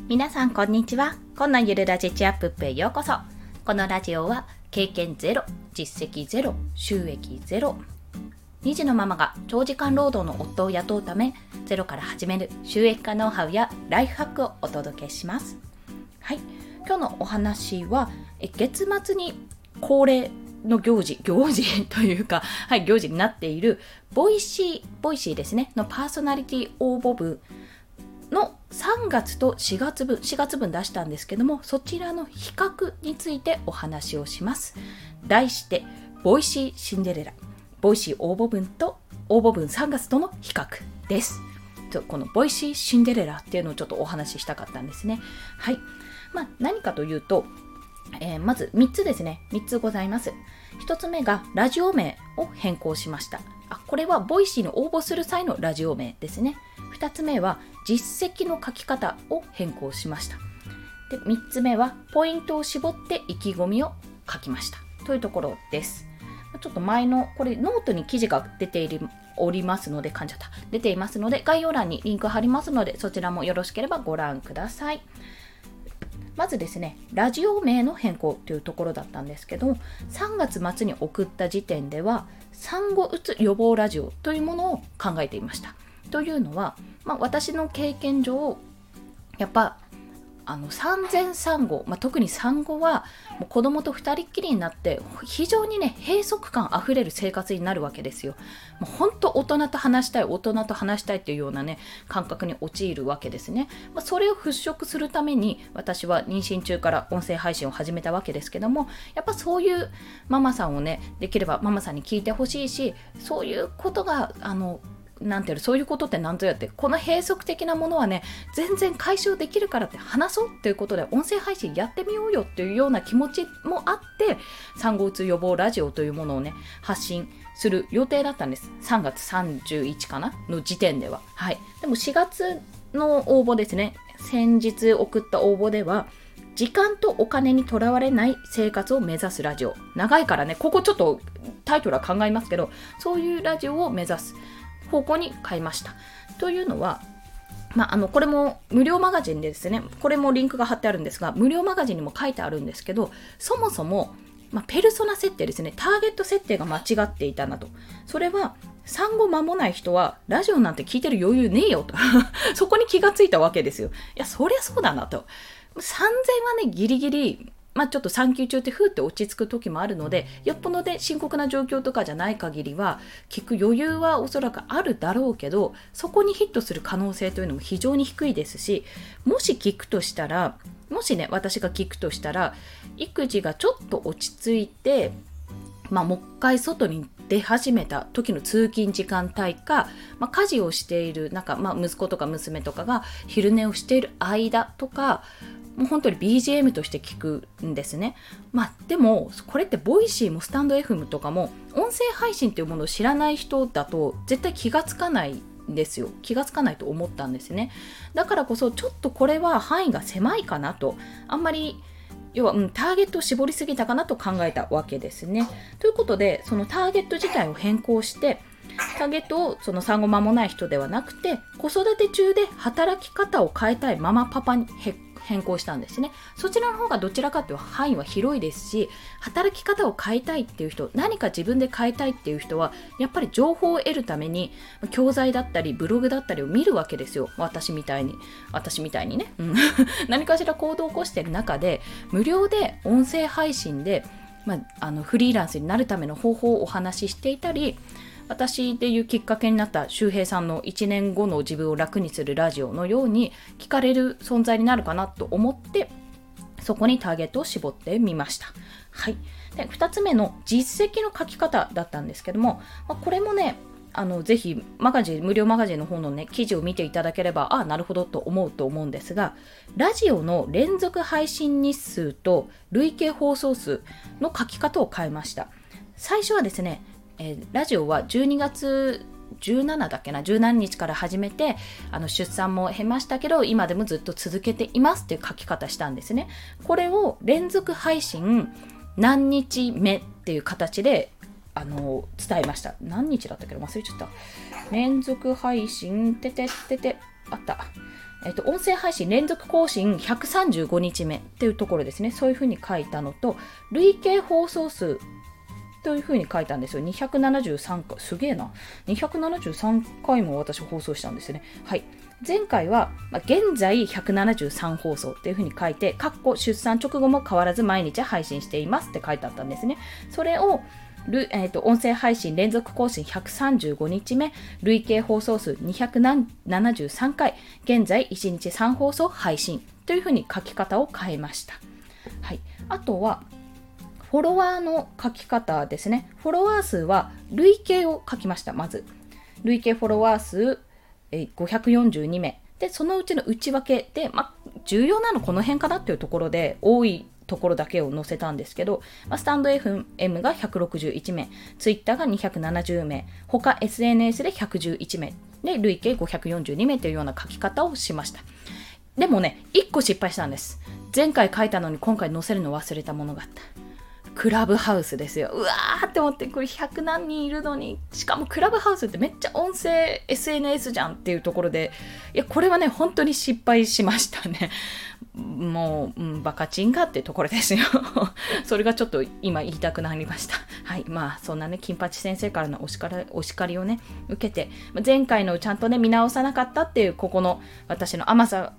皆さんこんにちは。このゆるラジチアップへようこそ。このラジオは経験ゼロ、実績ゼロ、収益ゼロ、2児のママが長時間労働の夫を雇うためゼロから始める収益化ノウハウやライフハックをお届けします。はい、今日のお話は月末に恒例の行事というか、行事になっているボイシーですねのパーソナリティ応募分の3月と4月分出したんですけども、そちらの比較についてお話をします。題してボイシーシンデレラ、ボイシー応募分と応募分3月との比較です。このボイシーシンデレラっていうのをちょっとお話ししたかったんですね。はい、何かというと、まず3つですね。3つございます。1つ目がラジオ名を変更しました。これはボイシーに応募する際のラジオ名ですね。2つ目は実績の書き方を変更しました。で、3つ目はポイントを絞って意気込みを書きましたというところです。ちょっと前のこれノートに記事が出ていますので概要欄にリンク貼りますので、そちらもよろしければご覧ください。まずですね、ラジオ名の変更というところだったんですけども、3月末に送った時点では産後うつ予防ラジオというものを考えていました。というのは、私の経験上やっぱ産前産後、特に産後はもう子供と二人っきりになって非常にね閉塞感あふれる生活になるわけですよ。もう本当大人と話したいっていうようなね感覚に陥るわけですね。それを払拭するために私は妊娠中から音声配信を始めたわけですけども、やっぱそういうママさんをねできればママさんに聞いてほしいし、そういうことがそういうことって何ぞやって、この閉塞的なものはね全然解消できるからって話そうっていうことで音声配信やってみようよっていうような気持ちもあって、産後うつ予防ラジオというものをね発信する予定だったんです。3月31かなの時点では。でも4月の応募ですね、先日送った応募では時間とお金にとらわれない生活を目指すラジオ、長いからねここちょっとタイトルは考えますけど、そういうラジオを目指す方向に変えました。というのは、これも無料マガジンでですね、これもリンクが貼ってあるんですが、無料マガジンにも書いてあるんですけど、そもそも、ペルソナ設定ですね、ターゲット設定が間違っていたなと。それは産後間もない人はラジオなんて聞いてる余裕ねえよとそこに気がついたわけですよ。いや、そりゃそうだなと。産前はねギリギリちょっと産休中ってふーって落ち着く時もあるので、よっぽどで深刻な状況とかじゃない限りは聞く余裕はおそらくあるだろうけど、そこにヒットする可能性というのも非常に低いですし、もしね私が聞くとしたら、育児がちょっと落ち着いてもう一回外に出始めた時の通勤時間帯か、家事をしている息子とか娘とかが昼寝をしている間とか、もう本当に BGM として聞くんですね。でもこれってボイシーもスタンド FM とかも音声配信っていうものを知らない人だと絶対気がつかないんですよ。気がつかないと思ったんですね。だからこそちょっとこれは範囲が狭いかなと、あんまりターゲットを絞りすぎたかなと考えたわけですね。ということで、そのターゲット自体を変更して、ターゲットをその産後間もない人ではなくて、子育て中で働き方を変えたいママパパに変更したんですね。そちらの方がどちらかというと範囲は広いですし、働き方を変えたいっていう人、何か自分で変えたいっていう人はやっぱり情報を得るために教材だったりブログだったりを見るわけですよ。私みたいにね、何かしら行動を起こしている中で、無料で音声配信で、フリーランスになるための方法をお話ししていたり、私でいうきっかけになった周平さんの1年後の自分を楽にするラジオのように聞かれる存在になるかなと思って、そこにターゲットを絞ってみました。で、2つ目の実績の書き方だったんですけども、これもねぜひ無料マガジンの方のね記事を見ていただければなるほどと思うんですが、ラジオの連続配信日数と累計放送数の書き方を変えました。最初はですね、ラジオは12月17日から始めて、出産も経ましたけど今でもずっと続けていますっていう書き方したんですね。これを連続配信何日目っていう形で伝えました。何日だったっけど忘れちゃった。連続配信あった音声配信連続更新135日目っていうところですね。そういうふうに書いたのと、累計放送数というふうに書いたんですよ。273回、すげえな。273回も私放送したんですよね。はい。前回は、現在173放送っていうふうに書いて、出産直後も変わらず毎日配信していますって書いてあったんですね。それを音声配信連続更新135日目、累計放送数273回、現在1日3放送配信というふうに書き方を変えました。はい。あとは、フォロワーの書き方ですね。フォロワー数は累計を書きました。まず。累計フォロワー数542名。で、そのうちの内訳で、重要なのこの辺かなっていうところで、多いところだけを載せたんですけど、スタンド FM が161名、Twitter が270名、他 SNS で111名、で、累計542名というような書き方をしました。でもね、1個失敗したんです。前回書いたのに今回載せるの忘れたものがあった。クラブハウスですよ。うわーって思って、これ100何人いるのに、しかもクラブハウスってめっちゃ音声 SNS じゃんっていうところで、いや、これはね、本当に失敗しましたね。もう、バカチンガってところですよ。それがちょっと今言いたくなりました。はい。そんなね、金八先生からのお叱りをね、受けて、前回のちゃんとね、見直さなかったっていう、ここの私の甘さ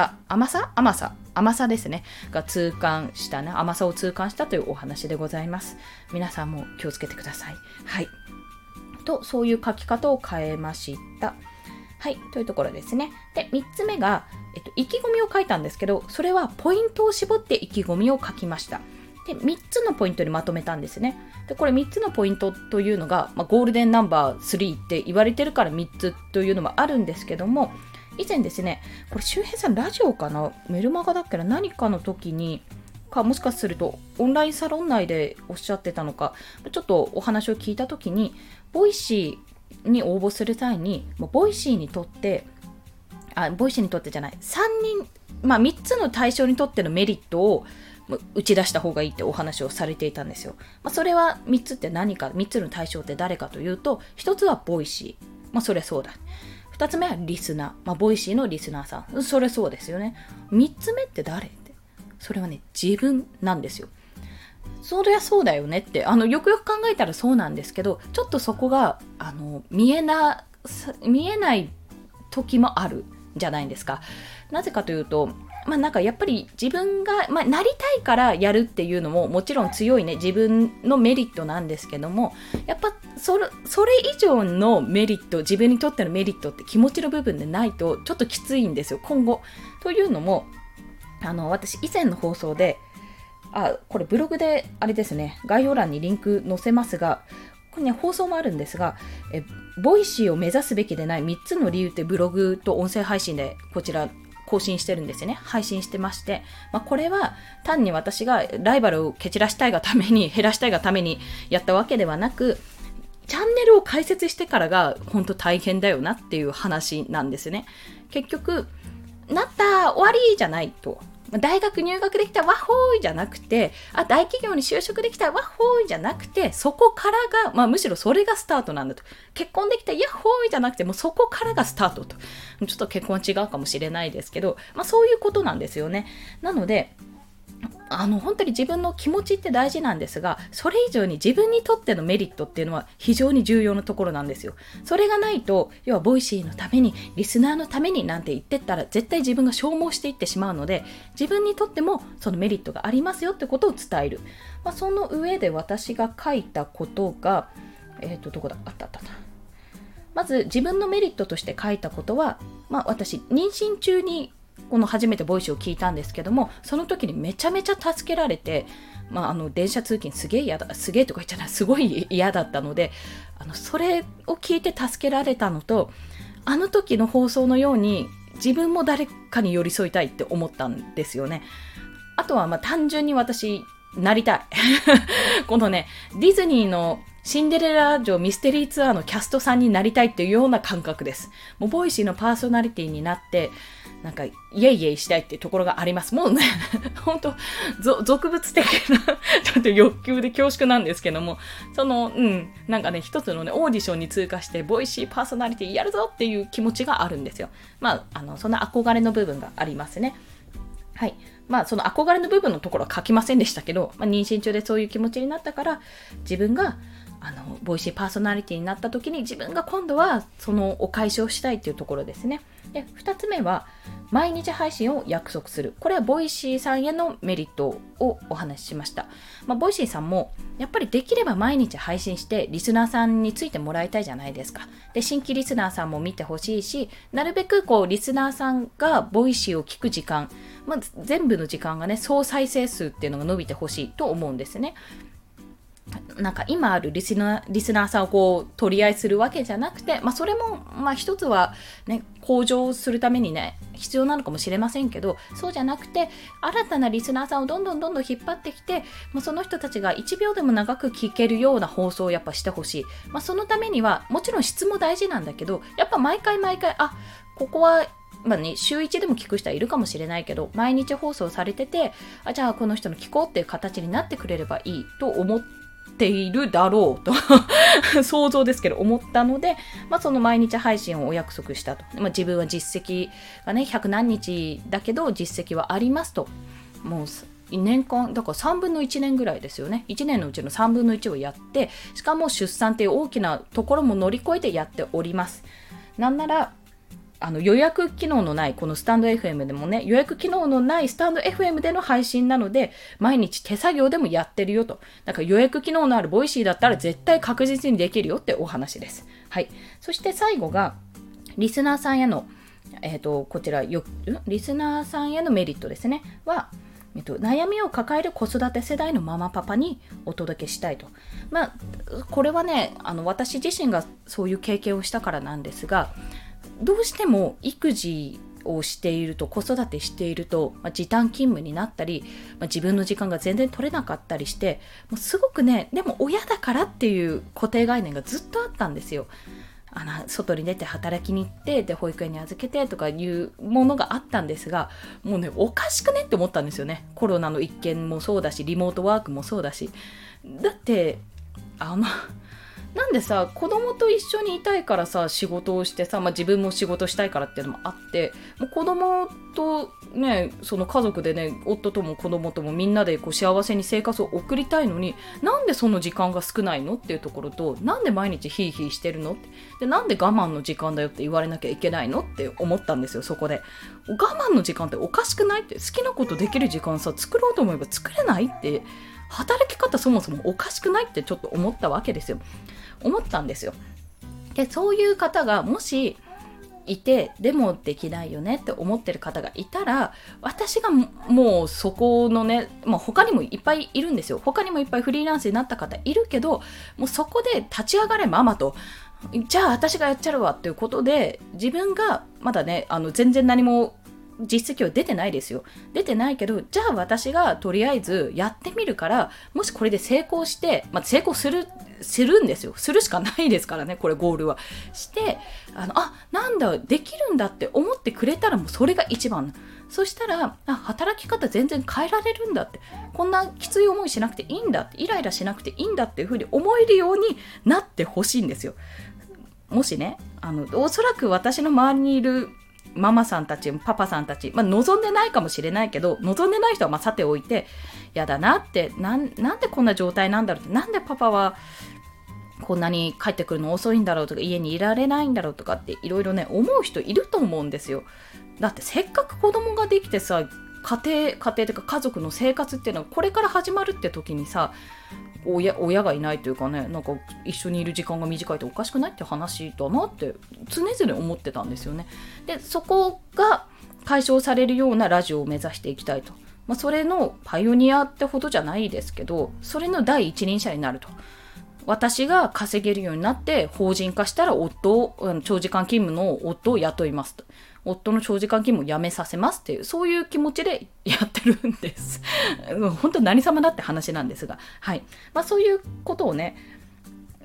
ですね。が痛感したね。甘さを痛感したというお話でございます。皆さんも気をつけてください。はい。そういう書き方を変えました。はい。というところですね。で、3つ目が、意気込みを書いたんですけど、それはポイントを絞って意気込みを書きました。で、3つのポイントにまとめたんですね。で、これ3つのポイントというのが、ゴールデンナンバー3って言われてるから3つというのもあるんですけども、以前ですね、これ周平さんラジオかな、メルマガだっけな、何かの時にもしかするとオンラインサロン内でおっしゃってたのか、ちょっとお話を聞いた時に、ボイシーに応募する際に、ボイシーにとってじゃない、3つの対象にとってのメリットを打ち出した方がいいってお話をされていたんですよ。それは3つって何か、3つの対象って誰かというと、1つはボイシー。そりゃそうだ。2つ目はリスナー。ボイシーのリスナーさん。それそうですよね。3つ目って誰って。それはね、自分なんですよ。そりゃそうだよねって、よくよく考えたらそうなんですけど、ちょっとそこが、見えない時もあるじゃないですか。なぜかというと、やっぱり自分が、なりたいからやるっていうのももちろん強いね、自分のメリットなんですけども、やっぱそれ以上のメリット、自分にとってのメリットって気持ちの部分でないとちょっときついんですよ、今後。というのも、私以前の放送で、これブログであれですね、概要欄にリンク載せますが、これね、放送もあるんですが、ボイシーを目指すべきでない3つの理由ってブログと音声配信でこちら更新してるんですよね。配信してまして、これは単に私がライバルを蹴散らしたいがために、減らしたいがためにやったわけではなく、チャンネルを開設してからが本当大変だよなっていう話なんですね。結局、なった終わりじゃないと。大学入学できたワッホーイじゃなくて、大企業に就職できたワッホーイじゃなくて、そこからが、むしろそれがスタートなんだと。結婚できたヤッホーイじゃなくて、もうそこからがスタートと。ちょっと結婚は違うかもしれないですけど、そういうことなんですよね。なので、本当に自分の気持ちって大事なんですが、それ以上に自分にとってのメリットっていうのは非常に重要なところなんですよ。それがないと、要はボイシーのために、リスナーのためになんて言ってったら絶対自分が消耗していってしまうので、自分にとってもそのメリットがありますよってことを伝える。その上で私が書いたことが、どこだ、あった。まず自分のメリットとして書いたことは、私妊娠中にこの初めてボイシーを聞いたんですけども、その時にめちゃめちゃ助けられて、電車通勤すげえとか言っちゃない、すごい嫌だったので、それを聞いて助けられたのと、あの時の放送のように自分も誰かに寄り添いたいって思ったんですよね。あとは単純に私なりたいこのね、ディズニーのシンデレラ城ミステリーツアーのキャストさんになりたいっていうような感覚です。もうボイシーのパーソナリティになって、なんかイエイイエイしたいっていうところがあります。もうね、本当俗物的なちょっと欲求で恐縮なんですけども、なんかね、一つのね、オーディションに通過して、ボイシーパーソナリティやるぞっていう気持ちがあるんですよ。そんな憧れの部分がありますね。はい。その憧れの部分のところは書きませんでしたけど、妊娠中でそういう気持ちになったから、自分がボイシーパーソナリティになった時に自分が今度はそのお返しをしたいっていうところですね。で、2つ目は毎日配信を約束する。これはボイシーさんへのメリットをお話ししました。ボイシーさんもやっぱりできれば毎日配信してリスナーさんについてもらいたいじゃないですか。で、新規リスナーさんも見てほしいし、なるべくリスナーさんがボイシーを聞く時間、全部の時間がね、総再生数っていうのが伸びてほしいと思うんですね。なんか今あるリスナーさんを取り合いするわけじゃなくて、それも一つはね、向上するためにね必要なのかもしれませんけど、そうじゃなくて新たなリスナーさんをどんどん引っ張ってきて、その人たちが1秒でも長く聞けるような放送をやっぱしてほしい。そのためにはもちろん質も大事なんだけど、やっぱ毎回ここは週1でも聞く人はいるかもしれないけど、毎日放送されてて、じゃあこの人の聞こうっていう形になってくれればいいと思っているだろうと想像ですけど思ったので、その毎日配信をお約束したと。自分は実績がね100何日だけど実績はありますと。もう年間だから3分の1年ぐらいですよね。1年のうちの3分の1をやって、しかも出産っていう大きなところも乗り越えてやっております。なんなら予約機能のないこのスタンド FM でもね、予約機能のないスタンド FM での配信なので、毎日手作業でもやってるよと。だから予約機能のあるボイシーだったら絶対確実にできるよってお話です。はい。そして最後がリスナーさんへのこちらリスナーさんへのメリットですねは、悩みを抱える子育て世代のママパパにお届けしたいと。これはね、私自身がそういう経験をしたからなんですが、どうしても育児をしていると、子育てしていると、時短勤務になったり、自分の時間が全然取れなかったりして、もうすごくね、でも親だからっていう固定概念がずっとあったんですよ。外に出て働きに行って、で保育園に預けてとかいうものがあったんですが、もうね、おかしくねって思ったんですよね。コロナの一件もそうだし、リモートワークもそうだし、だってなんでさ、子供と一緒にいたいからさ、仕事をしてさ、自分も仕事したいからっていうのもあって、もう子供とね、その家族でね、夫とも子供ともみんなで幸せに生活を送りたいのに、なんでその時間が少ないのっていうところと、なんで毎日ヒーヒーしてるのって、で、なんで我慢の時間だよって言われなきゃいけないのって思ったんですよ、そこで。我慢の時間っておかしくないって、好きなことできる時間さ、作ろうと思えば作れないって、働き方そもそもおかしくないってちょっと思ったわけですよ。思ったんですよ。で、そういう方がもしいて、でもできないよねって思ってる方がいたら、私がもうそこのね、他にもいっぱいいるんですよ。他にもいっぱいフリーランスになった方いるけど、もうそこで立ち上がれママと、じゃあ私がやっちゃうわっていうことで、自分がまだね、全然何も実績は出てないですよ。出てないけど、じゃあ私がとりあえずやってみるから、もしこれで成功して、成功するんですよ。するしかないですからね、これゴールは。して、なんだ、できるんだって思ってくれたらもうそれが一番。そしたら、働き方全然変えられるんだって。こんなきつい思いしなくていいんだって。イライラしなくていいんだっていうふうに思えるようになってほしいんですよ。もしね、おそらく私の周りにいるママさんたち、パパさんたち、望んでないかもしれないけど、望んでない人はさておいて、やだなって、なんでこんな状態なんだろうって、なんでパパはこんなに帰ってくるの遅いんだろうとか、家にいられないんだろうとかっていろいろね、思う人いると思うんですよ。だってせっかく子供ができてさ、家庭というか家族の生活っていうのはこれから始まるって時にさ、親がいないというかね、なんか一緒にいる時間が短いとおかしくないって話だなって常々思ってたんですよね。で、そこが解消されるようなラジオを目指していきたいと。それのパイオニアってほどじゃないですけど、それの第一人者になると。私が稼げるようになって法人化したら長時間勤務の夫を雇いますと。夫の長時間勤務をやめさせますっていう、そういう気持ちでやってるんです。本当何様だって話なんですが、はい。そういうことをね、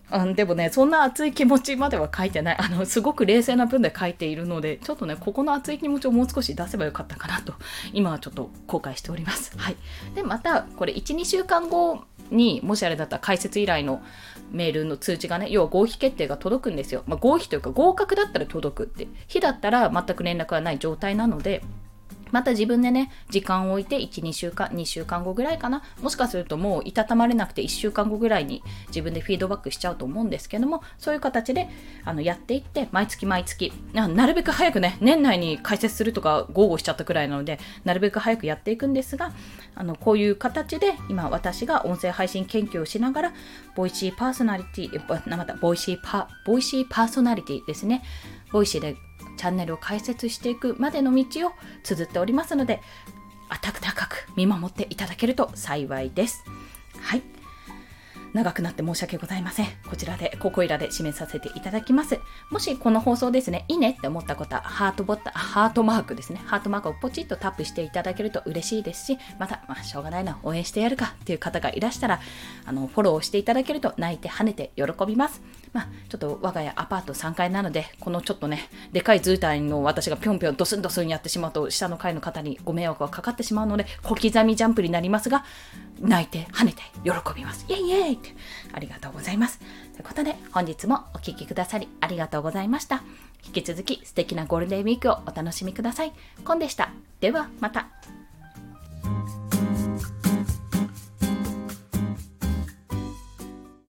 でもね、そんな熱い気持ちまでは書いてない。すごく冷静な文で書いているので、ちょっとね、ここの熱い気持ちをもう少し出せばよかったかなと、今はちょっと後悔しております。はい。で、また、これ1、2週間後に、もしあれだったら解説依頼のメールの通知がね、要は合否決定が届くんですよ。合否というか合格だったら届くって。非だったら全く連絡がない状態なので、また自分でね、時間を置いて1、2週間、2週間後ぐらいかな。もしかするともういたたまれなくて1週間後ぐらいに自分でフィードバックしちゃうと思うんですけども、そういう形でやっていって、毎月毎月、なるべく早くね、年内に開設するとか豪語しちゃったくらいなので、なるべく早くやっていくんですが、こういう形で今私が音声配信研究をしながら、ボイシーパーソナリティ、ボイシーパーソナリティですね。ボイシーでチャンネルを開設していくまでの道を綴っておりますので、温かく見守っていただけると幸いです。はい。長くなって申し訳ございません。こちらで、ここいらで締めさせていただきます。もしこの放送ですね、いいねって思った方は、ハートマークですね。ハートマークをポチッとタップしていただけると嬉しいですし、また、しょうがないな、応援してやるかっていう方がいらしたら、フォローしていただけると泣いて跳ねて喜びます。ちょっと我が家アパート3階なので、このちょっとね、でかい図体の私がぴょんぴょんドスンドスンやってしまうと、下の階の方にご迷惑がかかってしまうので、小刻みジャンプになりますが、泣いて跳ねて喜びます。イエイイエイって、ありがとうございます。ということで、本日もお聞きくださりありがとうございました。引き続き素敵なゴールデンウィークをお楽しみください。コンでした。ではまた。